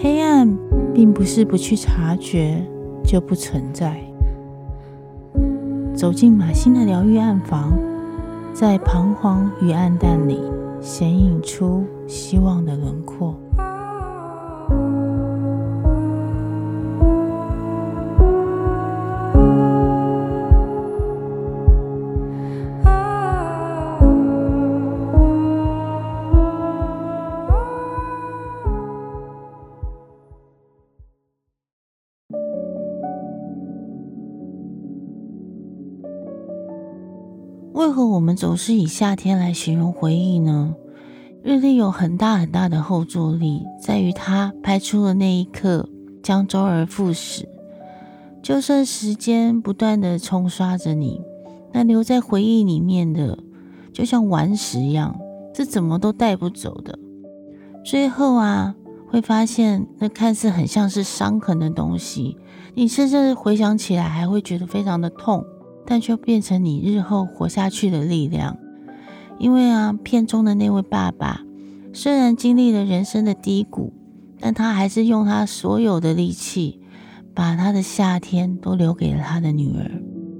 黑暗并不是不去察觉就不存在。走进马欣的疗愈暗房，在彷徨与暗淡里显影出希望的轮廓。为何我们总是以夏天来形容回忆呢？日历有很大很大的后坐力，在于它拍出的那一刻将周而复始。就算时间不断的冲刷着你，那留在回忆里面的就像顽石一样，是怎么都带不走的。最后会发现那看似很像是伤痕的东西，你甚至回想起来还会觉得非常的痛，但却变成你日后活下去的力量。因为片中的那位爸爸虽然经历了人生的低谷，但他还是用他所有的力气，把他的夏天都留给了他的女儿。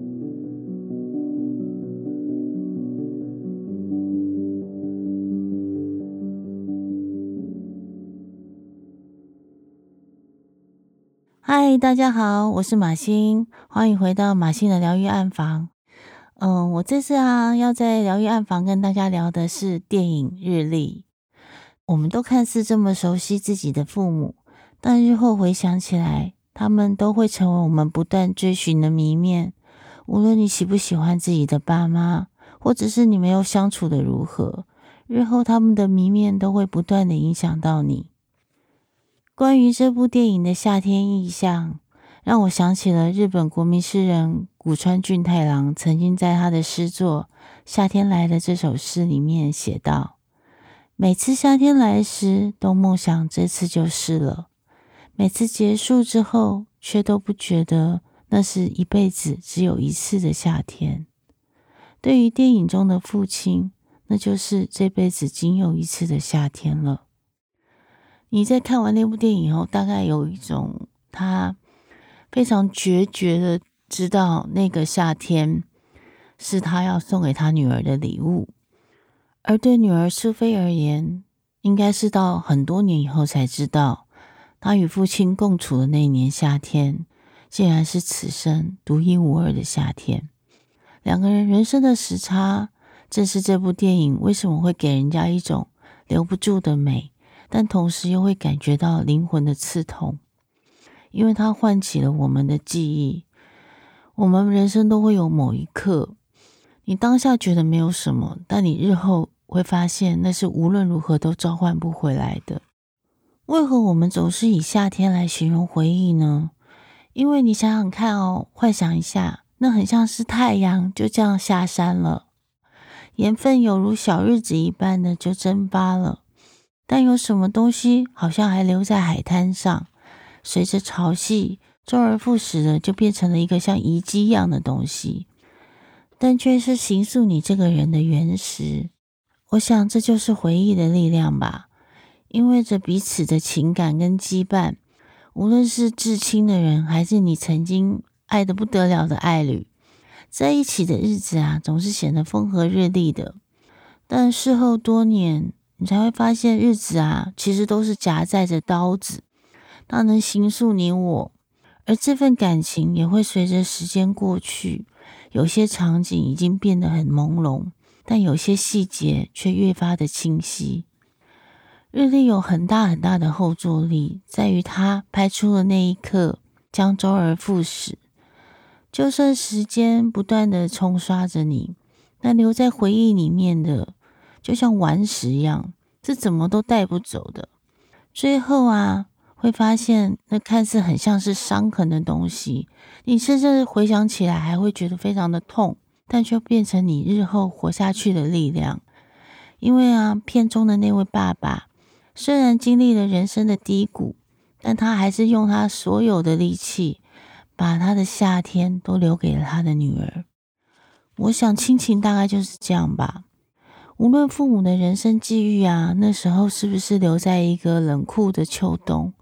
嗨，大家好，我是马欣，欢迎回到马欣的疗愈暗房。我这次要在疗愈暗房跟大家聊的是电影《日历》。我们都看似这么熟悉自己的父母，但日后回想起来，他们都会成为我们不断追寻的谜面。无论你喜不喜欢自己的爸妈，或者是你们又相处的如何，日后他们的谜面都会不断的影响到你。关于这部电影的夏天意象，让我想起了日本国民诗人古川俊太郎曾经在他的诗作《夏天来了》这首诗里面写道：每次夏天来时，都梦想这次就是了，每次结束之后，却都不觉得那是一辈子只有一次的夏天。对于电影中的父亲，那就是这辈子仅有一次的夏天了。你在看完那部电影后，大概有一种他非常决绝的知道那个夏天是他要送给他女儿的礼物，而对女儿苏菲而言，应该是到很多年以后才知道，他与父亲共处的那一年夏天，竟然是此生独一无二的夏天。两个人人生的时差，正是这部电影为什么会给人家一种留不住的美，但同时又会感觉到灵魂的刺痛。因为它唤起了我们的记忆。我们人生都会有某一刻，你当下觉得没有什么，但你日后会发现那是无论如何都召唤不回来的。为何我们总是以夏天来形容回忆呢？因为你想想看幻想一下，那很像是太阳就这样下山了，盐分有如小日子一般的就蒸发了，但有什么东西好像还留在海滩上，随着潮汐周而复始的就变成了一个像遗迹一样的东西，但却是形塑你这个人的原石。我想这就是回忆的力量吧，因为着彼此的情感跟羁绊，无论是至亲的人，还是你曾经爱得不得了的爱侣，在一起的日子总是显得风和日丽的，但事后多年，你才会发现日子其实都是夹载着刀子，它能形塑你我，而这份感情也会随着时间过去，有些场景已经变得很朦胧，但有些细节却越发的清晰。日历有很大很大的后坐力，在于它拍出的那一刻将周而复始。就算时间不断的冲刷着你，那留在回忆里面的就像顽石一样，是怎么都带不走的。最后会发现那看似很像是伤痕的东西，你甚至回想起来还会觉得非常的痛，但却变成你日后活下去的力量。因为片中的那位爸爸虽然经历了人生的低谷，但他还是用他所有的力气，把他的夏天都留给了他的女儿。我想亲情大概就是这样吧，无论父母的人生际遇那时候是不是留在一个冷酷的秋冬，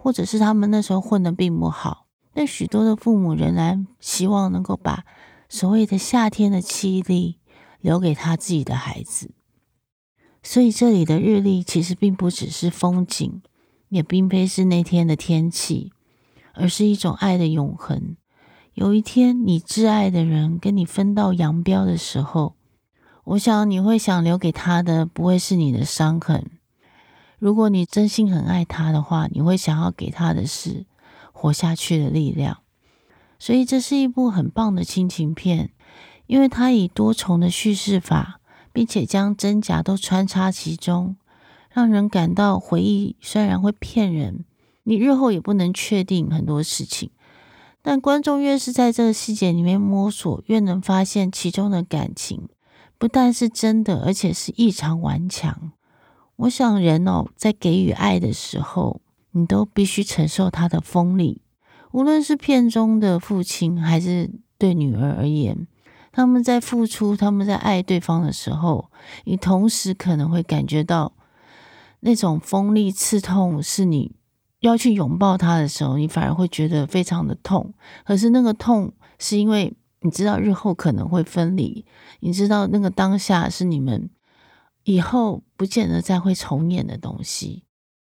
或者是他们那时候混得并不好，但许多的父母仍然希望能够把所谓的夏天的凄厉留给他自己的孩子。所以这里的日历其实并不只是风景，也并非是那天的天气，而是一种爱的永恒。有一天你挚爱的人跟你分道扬镳的时候，我想你会想留给他的不会是你的伤痕，如果你真心很爱他的话，你会想要给他的是活下去的力量。所以这是一部很棒的亲情片，因为它以多重的叙事法，并且将真假都穿插其中，让人感到回忆虽然会骗人，你日后也不能确定很多事情，但观众越是在这个细节里面摸索，越能发现其中的感情不但是真的，而且是异常顽强。我想人在给予爱的时候，你都必须承受他的锋利，无论是片中的父亲还是对女儿而言，他们在付出，他们在爱对方的时候，你同时可能会感觉到那种锋利刺痛，是你要去拥抱他的时候，你反而会觉得非常的痛。可是那个痛是因为你知道日后可能会分离，你知道那个当下是你们以后不见得再会重演的东西。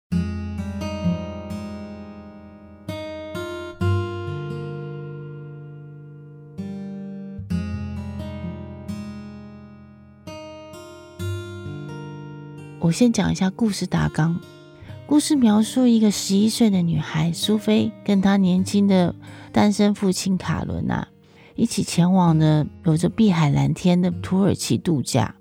我先讲一下故事大纲。故事描述一个11岁的女孩苏菲跟她年轻的单身父亲卡伦一起前往了有着碧海蓝天的土耳其度假。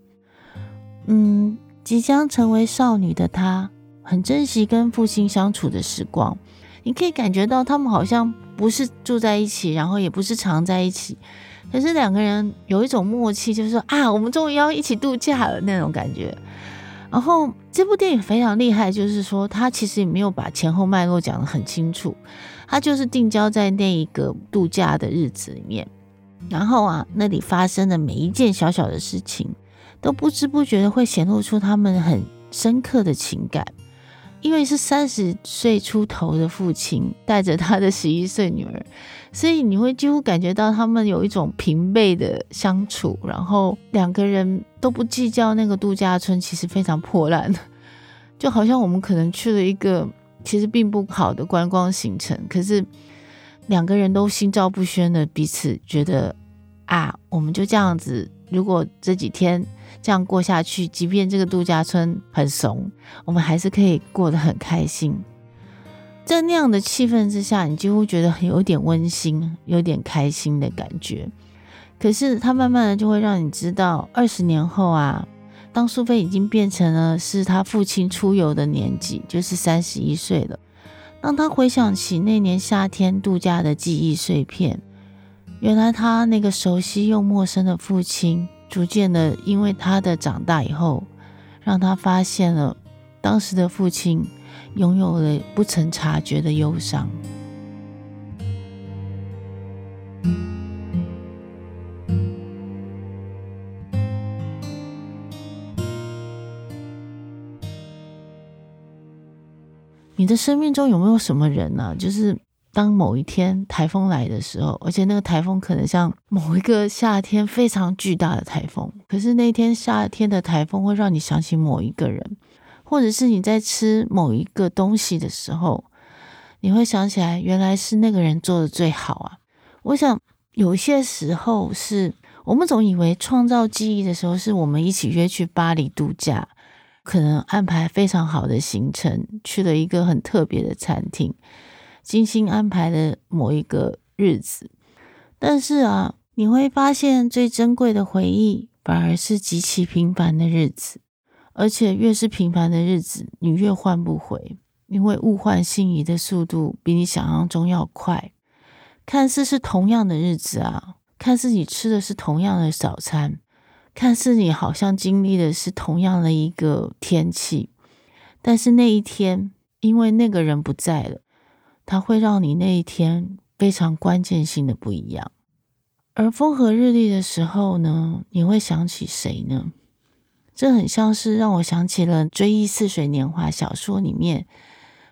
即将成为少女的她很珍惜跟父亲相处的时光，你可以感觉到他们好像不是住在一起，然后也不是常在一起，可是两个人有一种默契，就是说我们终于要一起度假了那种感觉。然后这部电影非常厉害，就是说他其实也没有把前后脉络讲得很清楚，他就是定焦在那一个度假的日子里面，然后那里发生的每一件小小的事情都不知不觉的会显露出他们很深刻的情感。因为是30岁出头的父亲带着他的11岁女儿，所以你会几乎感觉到他们有一种平辈的相处，然后两个人都不计较那个度假村其实非常破烂，就好像我们可能去了一个其实并不好的观光行程，可是两个人都心照不宣的彼此觉得我们就这样子，如果这几天这样过下去，即便这个度假村很怂，我们还是可以过得很开心。在那样的气氛之下，你几乎觉得有点温馨，有点开心的感觉。可是它慢慢的就会让你知道，20年后当苏菲已经变成了是他父亲出游的年纪，就是31岁了。当他回想起那年夏天度假的记忆碎片，原来他那个熟悉又陌生的父亲逐渐的因为他的长大以后，让他发现了当时的父亲拥有了不曾察觉的忧伤。你的生命中有没有什么人就是当某一天台风来的时候，而且那个台风可能像某一个夏天非常巨大的台风，可是那天夏天的台风会让你想起某一个人，或者是你在吃某一个东西的时候，你会想起来原来是那个人做的最好我想有些时候是我们总以为创造记忆的时候是我们一起约去巴黎度假，可能安排非常好的行程，去了一个很特别的餐厅，精心安排的某一个日子。但是你会发现最珍贵的回忆反而是极其平凡的日子，而且越是平凡的日子你越换不回，因为物换星移的速度比你想象中要快。看似是同样的日子看似你吃的是同样的早餐，看似你好像经历的是同样的一个天气，但是那一天因为那个人不在了，它会让你那一天非常关键性的不一样。而风和日丽的时候呢，你会想起谁呢？这很像是让我想起了《追忆似水年华》小说里面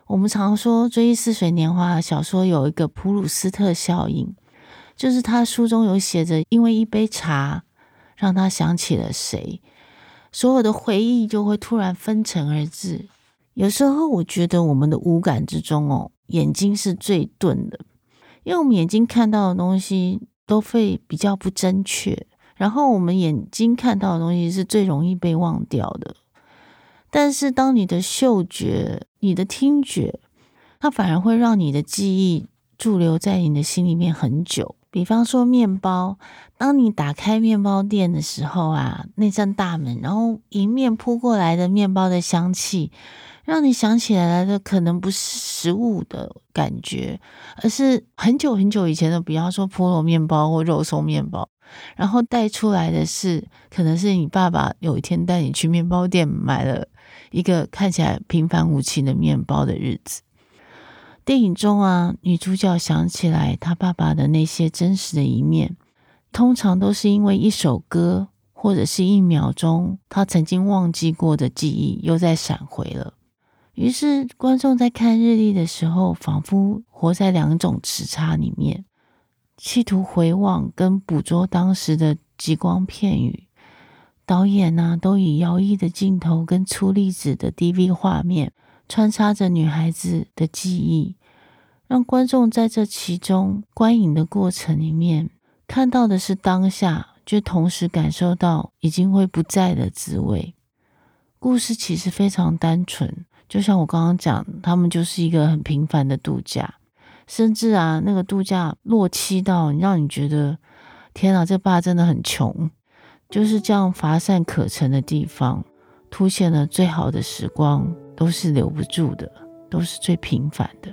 我们常说《追忆似水年华》小说有一个普鲁斯特效应，就是他书中有写着，因为一杯茶让他想起了谁，所有的回忆就会突然纷呈而至。有时候我觉得我们的五感之中眼睛是最钝的，因为我们眼睛看到的东西都会比较不正确，然后我们眼睛看到的东西是最容易被忘掉的。但是当你的嗅觉、你的听觉，它反而会让你的记忆驻留在你的心里面很久。比方说面包，当你打开面包店的时候啊，那扇大门，然后迎面扑过来的面包的香气，让你想起来的可能不是食物的感觉，而是很久很久以前的，比方说菠萝面包或肉松面包，然后带出来的是可能是你爸爸有一天带你去面包店买了一个看起来平凡无奇的面包的日子。电影中啊，女主角想起来她爸爸的那些真实的一面，通常都是因为一首歌或者是一秒钟她曾经忘记过的记忆又再闪回了。于是观众在看日历的时候，仿佛活在两种时差里面，企图回望跟捕捉当时的极光片语。导演啊，都以摇曳的镜头跟粗粒子的 DV 画面穿插着女孩子的记忆，让观众在这其中观影的过程里面看到的是当下，却同时感受到已经会不在的滋味。故事其实非常单纯，就像我刚刚讲，他们就是一个很平凡的度假，甚至啊，那个度假落凄到让你觉得天啊，这爸真的很穷。就是这样乏善可陈的地方，凸显了最好的时光都是留不住的，都是最平凡的。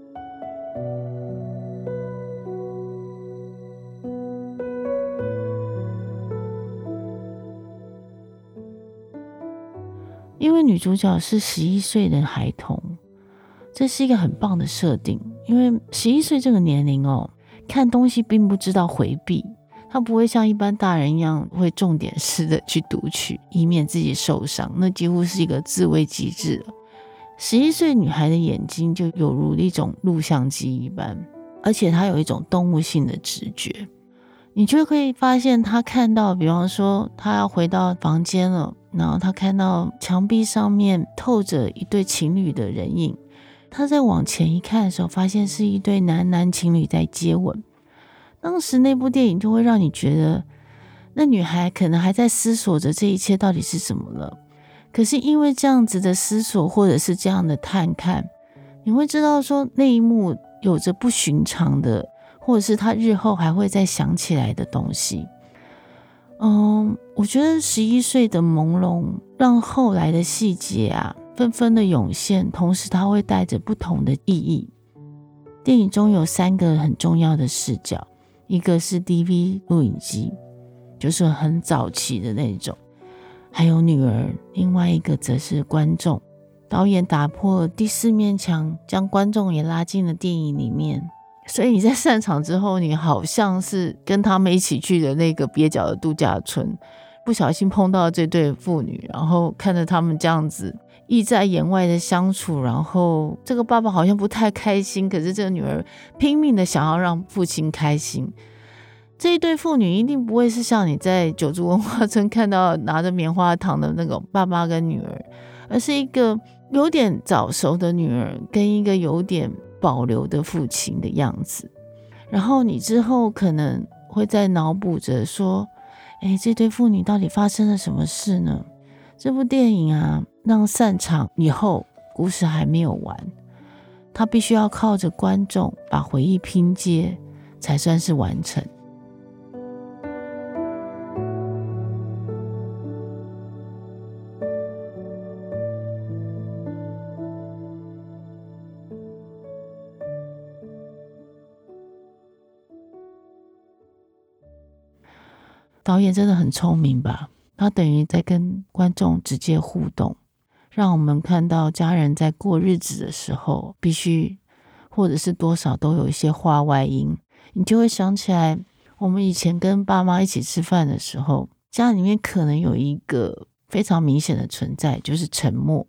因为女主角是11岁的孩童，这是一个很棒的设定，因为11岁这个年龄看东西并不知道回避，他不会像一般大人一样会重点式的去读取，以免自己受伤，那几乎是一个自卫机制了。11岁女孩的眼睛就有如一种录像机一般，而且她有一种动物性的直觉，你就可以发现她看到，比方说她要回到房间了，然后她看到墙壁上面透着一对情侣的人影，她在往前一看的时候，发现是一对男情侣在接吻。当时那部电影就会让你觉得那女孩可能还在思索着这一切到底是什么了，可是因为这样子的思索或者是这样的探看，你会知道说那一幕有着不寻常的，或者是她日后还会再想起来的东西。我觉得11岁的朦胧让后来的细节啊纷纷的涌现，同时它会带着不同的意义。电影中有3个很重要的视角，一个是 DV 录影机，就是很早期的那种，还有女儿，另外一个则是观众。导演打破了第4面墙，将观众也拉进了电影里面，所以你在散场之后，你好像是跟他们一起去的那个蹩脚的度假村，不小心碰到这对父女，然后看着他们这样子意在言外的相处，然后这个爸爸好像不太开心，可是这个女儿拼命的想要让父亲开心。这一对父女一定不会是像你在九族文化村看到拿着棉花糖的那种爸爸跟女儿，而是一个有点早熟的女儿跟一个有点保留的父亲的样子。然后你之后可能会在脑补着说，这对父女到底发生了什么事呢？这部电影啊，让散场以后故事还没有完，他必须要靠着观众把回忆拼接才算是完成。导演真的很聪明吧，他等于在跟观众直接互动，让我们看到家人在过日子的时候必须或者是多少都有一些话外音。你就会想起来我们以前跟爸妈一起吃饭的时候，家里面可能有一个非常明显的存在，就是沉默。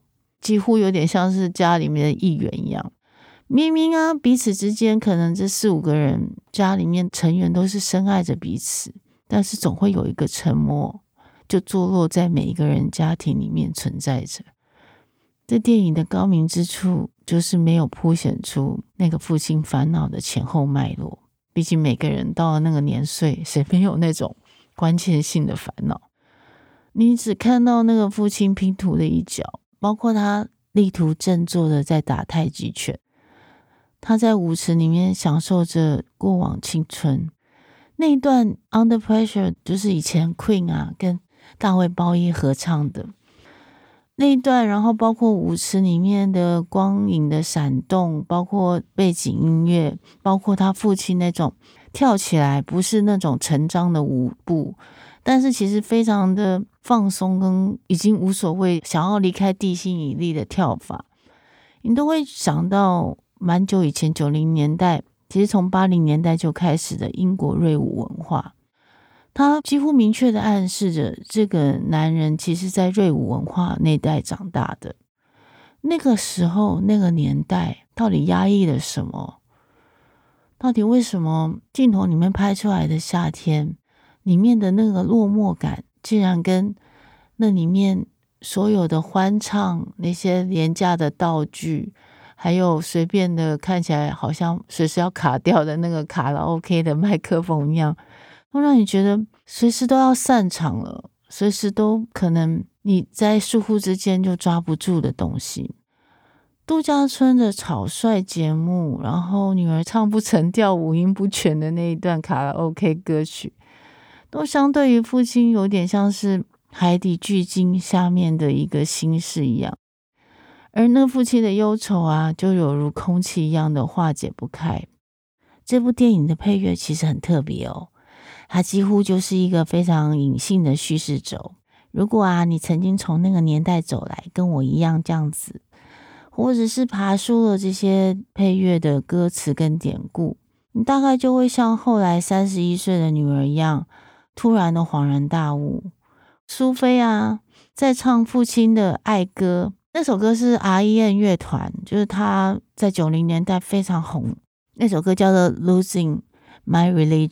几乎有点像是家里面的一员一样。明明啊，彼此之间可能这4、5个人家里面成员都是深爱着彼此，但是总会有一个沉默就坐落在每一个人家庭里面存在着。这电影的高明之处就是没有凸显出那个父亲烦恼的前后脉络，毕竟每个人到了那个年岁，谁没有那种关键性的烦恼？你只看到那个父亲拼图的一角，包括他力图振作的在打太极拳，他在舞池里面享受着过往青春。那一段 Under Pressure 就是以前 Queen 啊跟大卫鲍伊合唱的那一段，然后包括舞池里面的光影的闪动，包括背景音乐，包括他父亲那种跳起来不是那种成章的舞步，但是其实非常的放松跟已经无所谓，想要离开地心引力的跳法，你都会想到蛮久以前90年代，其实从80年代就开始的英国瑞舞文化。他几乎明确的暗示着这个男人其实在瑞舞文化那代长大的。那个时候那个年代到底压抑了什么？到底为什么镜头里面拍出来的夏天里面的那个落寞感竟然跟那里面所有的欢唱，那些廉价的道具，还有随便的看起来好像随时要卡掉的那个卡拉 OK 的麦克风一样，会让你觉得随时都要散场了，随时都可能你在疏忽之间就抓不住的东西。度假村的草率节目，然后女儿唱不成调五音不全的那一段卡拉 OK 歌曲，都相对于父亲有点像是海底巨鲸下面的一个心事一样，而那父亲的忧愁啊，就有如空气一样的化解不开。这部电影的配乐其实很特别哦，它几乎就是一个非常隐性的叙事轴。如果啊，你曾经从那个年代走来，跟我一样这样子，或者是爬梳了这些配乐的歌词跟典故，你大概就会像后来31岁的女儿一样，突然的恍然大悟。苏菲啊，在唱父亲的爱歌，那首歌是 R.E.M 乐团，就是他在90年代非常红，那首歌叫做 Losing My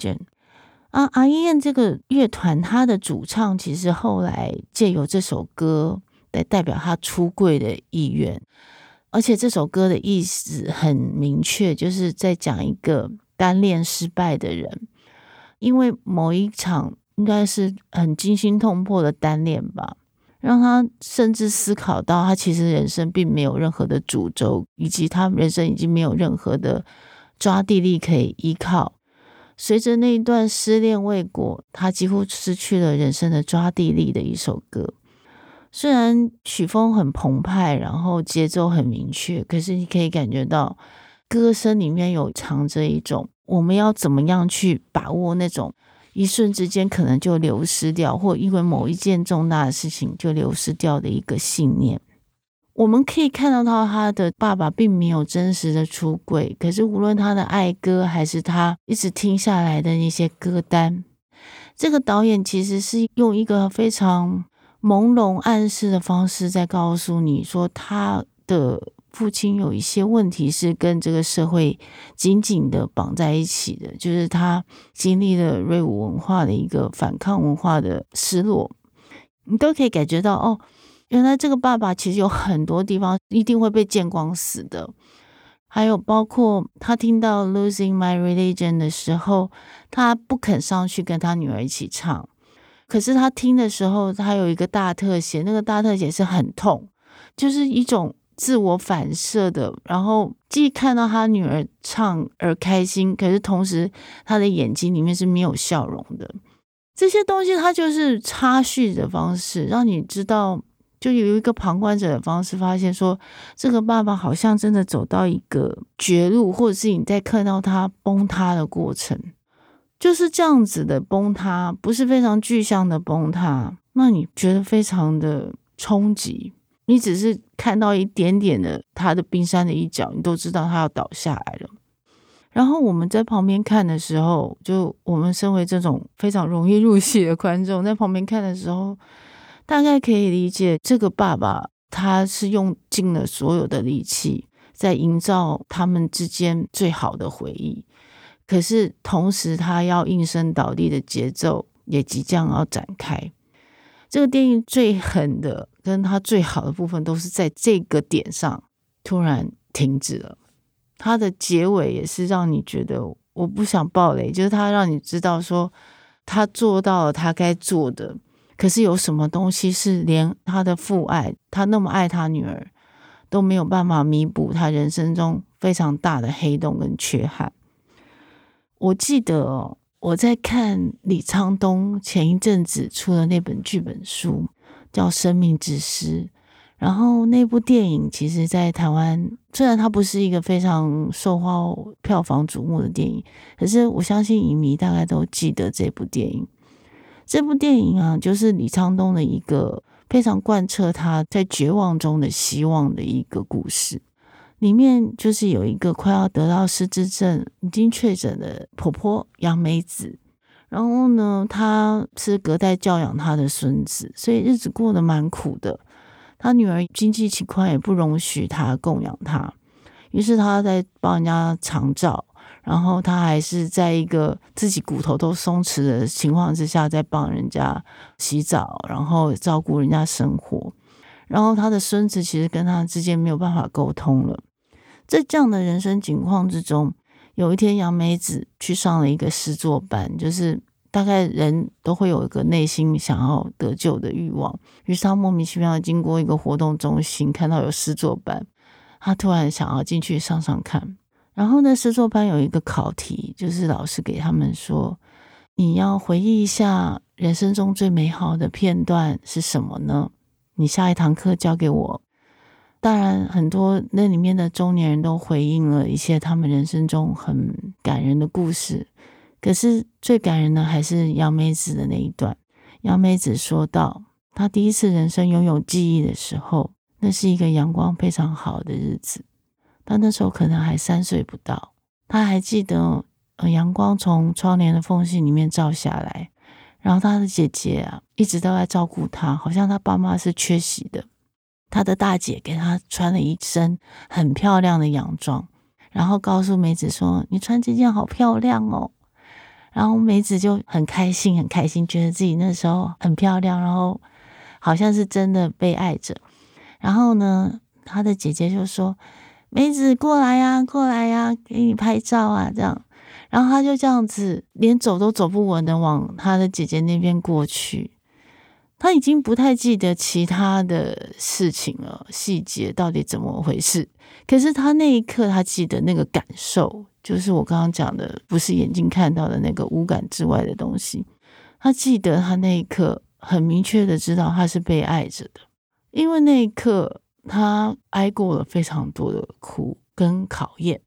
Religion。R.E.M 这个乐团，他的主唱其实后来借由这首歌来代表他出柜的意愿，而且这首歌的意思很明确，就是在讲一个单恋失败的人，因为某一场应该是很惊心痛魄的单恋吧，让他甚至思考到他其实人生并没有任何的主轴，以及他人生已经没有任何的抓地力可以依靠。随着那一段失恋未果，他几乎失去了人生的抓地力的一首歌。虽然曲风很澎湃，然后节奏很明确，可是你可以感觉到歌声里面有藏着一种我们要怎么样去把握那种一瞬之间可能就流失掉，或因为某一件重大的事情就流失掉的一个信念。我们可以看到他的爸爸并没有真实的出柜，可是无论他的爱歌还是他一直听下来的那些歌单，这个导演其实是用一个非常朦胧暗示的方式在告诉你说，他的父亲有一些问题是跟这个社会紧紧的绑在一起的，就是他经历了瑞舞文化的一个反抗文化的失落，你都可以感觉到哦，原来这个爸爸其实有很多地方一定会被见光死的。还有包括他听到 Losing My Religion 的时候，他不肯上去跟他女儿一起唱，可是他听的时候他有一个大特写，那个大特写是很痛，就是一种自我反射的，然后既看到他女儿唱而开心，可是同时他的眼睛里面是没有笑容的。这些东西它就是插叙的方式，让你知道，就有一个旁观者的方式发现说，这个爸爸好像真的走到一个绝路，或者是你在看到他崩塌的过程，就是这样子的崩塌，不是非常具象的崩塌，那你觉得非常的冲击，你只是看到一点点的他的冰山的一角，你都知道他要倒下来了。然后我们在旁边看的时候，就我们身为这种非常容易入戏的观众，在旁边看的时候，大概可以理解这个爸爸他是用尽了所有的力气在营造他们之间最好的回忆，可是同时他要应声倒地的节奏也即将要展开。这个电影最狠的跟他最好的部分都是在这个点上突然停止了。他的结尾也是让你觉得，我不想爆雷，就是他让你知道说他做到了他该做的，可是有什么东西是连他的父爱，他那么爱他女儿都没有办法弥补他人生中非常大的黑洞跟缺憾。我记得我在看李沧东前一阵子出的那本剧本书叫《生命之诗》，然后那部电影其实在台湾虽然它不是一个非常受票房瞩目的电影，可是我相信影迷大概都记得这部电影。这部电影啊，就是李沧东的一个非常贯彻他在绝望中的希望的一个故事。里面就是有一个快要得到失智症已经确诊的婆婆杨梅子，然后呢她是隔代教养她的孙子，所以日子过得蛮苦的。她女儿经济情况也不容许她供养她，于是她在帮人家长照，然后她还是在一个自己骨头都松弛的情况之下在帮人家洗澡，然后照顾人家生活。然后她的孙子其实跟她之间没有办法沟通了。在这样的人生情况之中，有一天杨梅子去上了一个诗作班，就是大概人都会有一个内心想要得救的欲望，于是他莫名其妙经过一个活动中心看到有诗作班，他突然想要进去上上看。然后呢，诗作班有一个考题，就是老师给他们说，你要回忆一下人生中最美好的片段是什么呢？你下一堂课交给我。当然很多那里面的中年人都回应了一些他们人生中很感人的故事，可是最感人的还是杨梅子的那一段。杨梅子说到，她第一次人生拥有记忆的时候，那是一个阳光非常好的日子，她那时候可能还3岁不到。她还记得阳光从窗帘的缝隙里面照下来，然后她的姐姐啊一直都在照顾她，好像她爸妈是缺席的。他的大姐给他穿了一身很漂亮的洋装，然后告诉梅子说，你穿这件好漂亮哦。然后梅子就很开心很开心，觉得自己那时候很漂亮，然后好像是真的被爱着。然后呢，他的姐姐就说，梅子过来呀过来呀，给你拍照啊这样。然后他就这样子连走都走不稳的往他的姐姐那边过去。他已经不太记得其他的事情了，细节到底怎么回事，可是他那一刻他记得那个感受，就是我刚刚讲的不是眼睛看到的那个五感之外的东西。他记得他那一刻很明确的知道他是被爱着的，因为那一刻他挨过了非常多的苦跟考验。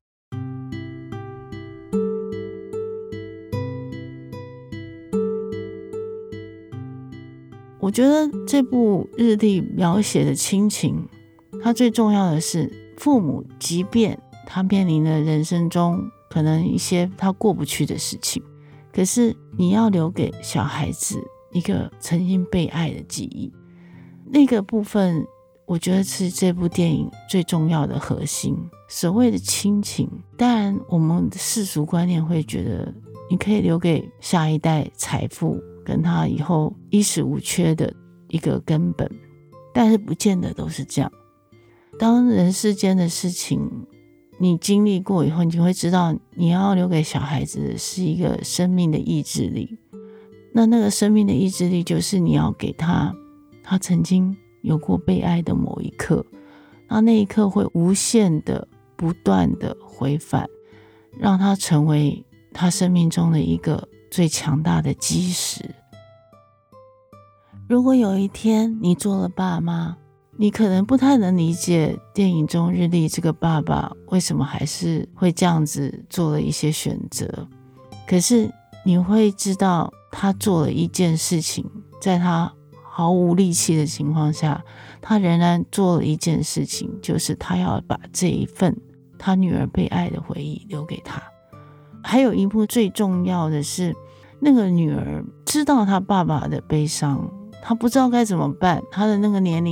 我觉得这部日历描写的亲情，它最重要的是父母即便他面临了人生中可能一些他过不去的事情，可是你要留给小孩子一个曾经被爱的记忆。那个部分我觉得是这部电影最重要的核心。所谓的亲情，当然我们的世俗观念会觉得你可以留给下一代财富跟他以后衣食无缺的一个根本，但是不见得都是这样。当人世间的事情你经历过以后，你会知道你要留给小孩子的是一个生命的意志力。那个生命的意志力就是你要给他曾经有过被爱的某一刻，那一刻会无限的不断的回返，让他成为他生命中的一个最强大的基石。如果有一天你做了爸妈，你可能不太能理解电影中日历这个爸爸为什么还是会这样子做了一些选择，可是你会知道他做了一件事情，在他毫无力气的情况下，他仍然做了一件事情，就是他要把这一份他女儿被爱的回忆留给他。还有一幕最重要的是，那个女儿知道他爸爸的悲伤，他不知道该怎么办，他的那个年龄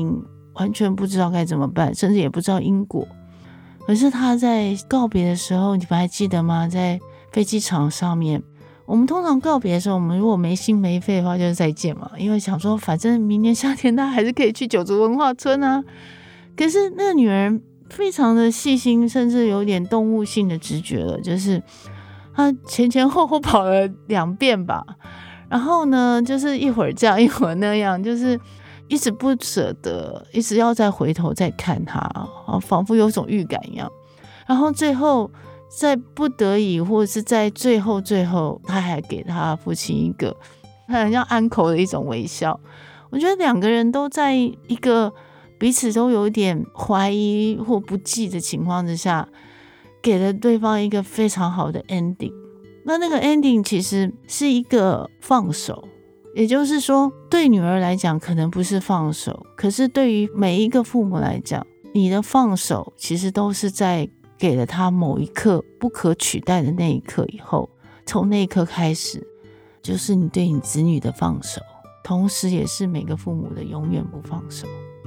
完全不知道该怎么办，甚至也不知道因果。可是他在告别的时候，你们还记得吗？在飞机场上面，我们通常告别的时候，我们如果没心没肺的话就是再见嘛，因为想说反正明年夏天他还是可以去九族文化村啊。可是那个女人非常的细心，甚至有点动物性的直觉了，就是她前后后跑了2遍吧，然后呢就是一会儿这样一会儿那样，就是一直不舍得，一直要再回头再看他，仿佛有种预感一样。然后最后在不得已或者是在最后他还给他父亲一个很像安口的一种微笑。我觉得2个人都在一个彼此都有点怀疑或不记的情况之下，给了对方一个非常好的 ending。 那个 ending 其实是一个放手，也就是说对女儿来讲可能不是放手，可是对于每一个父母来讲，你的放手其实都是在给了他某一刻不可取代的那一刻以后，从那一刻开始就是你对你子女的放手，同时也是每个父母的永远不放手。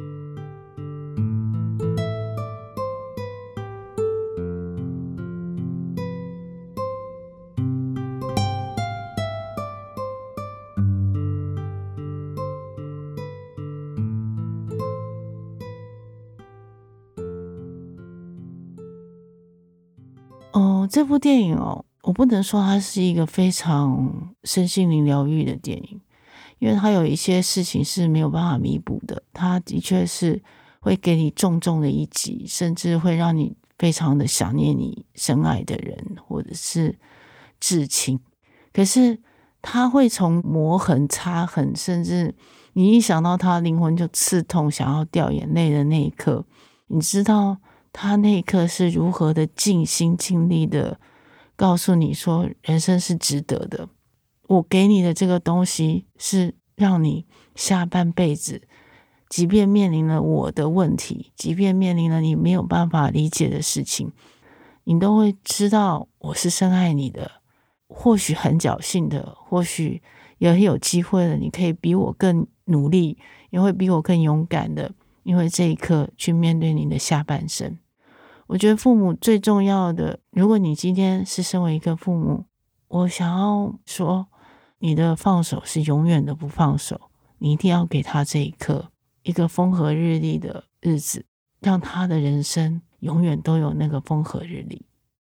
这部电影我不能说它是一个非常身心灵疗愈的电影，因为它有一些事情是没有办法弥补的，它的确是会给你重重的一击，甚至会让你非常的想念你深爱的人或者是至亲。可是它会从磨痕擦痕，甚至你一想到他灵魂就刺痛想要掉眼泪的那一刻，你知道他那一刻是如何的尽心尽力的告诉你说人生是值得的，我给你的这个东西是让你下半辈子即便面临了我的问题，即便面临了你没有办法理解的事情，你都会知道我是深爱你的。或许很侥幸的，或许也很有机会的，你可以比我更努力，也会比我更勇敢的，因为这一刻去面对你的下半生。我觉得父母最重要的，如果你今天是身为一个父母，我想要说你的放手是永远的不放手，你一定要给他这一刻一个风和日丽的日子，让他的人生永远都有那个风和日丽。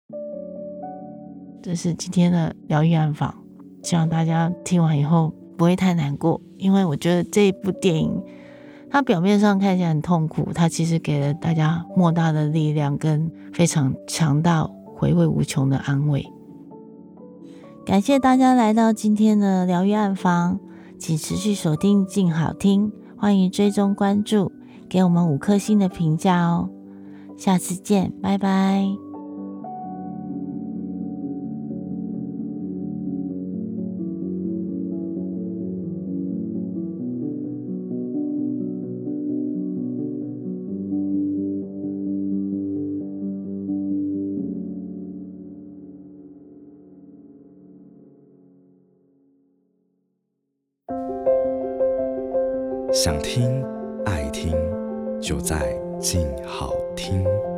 这是今天的疗愈暗访，希望大家听完以后不会太难过，因为我觉得这一部电影它表面上看起来很痛苦，它其实给了大家莫大的力量跟非常强大回味无穷的安慰。感谢大家来到今天的疗愈暗房，请持续锁定静好听，欢迎追踪关注，给我们5颗星的评价哦。下次见，拜拜。 想听爱听，就在静好听。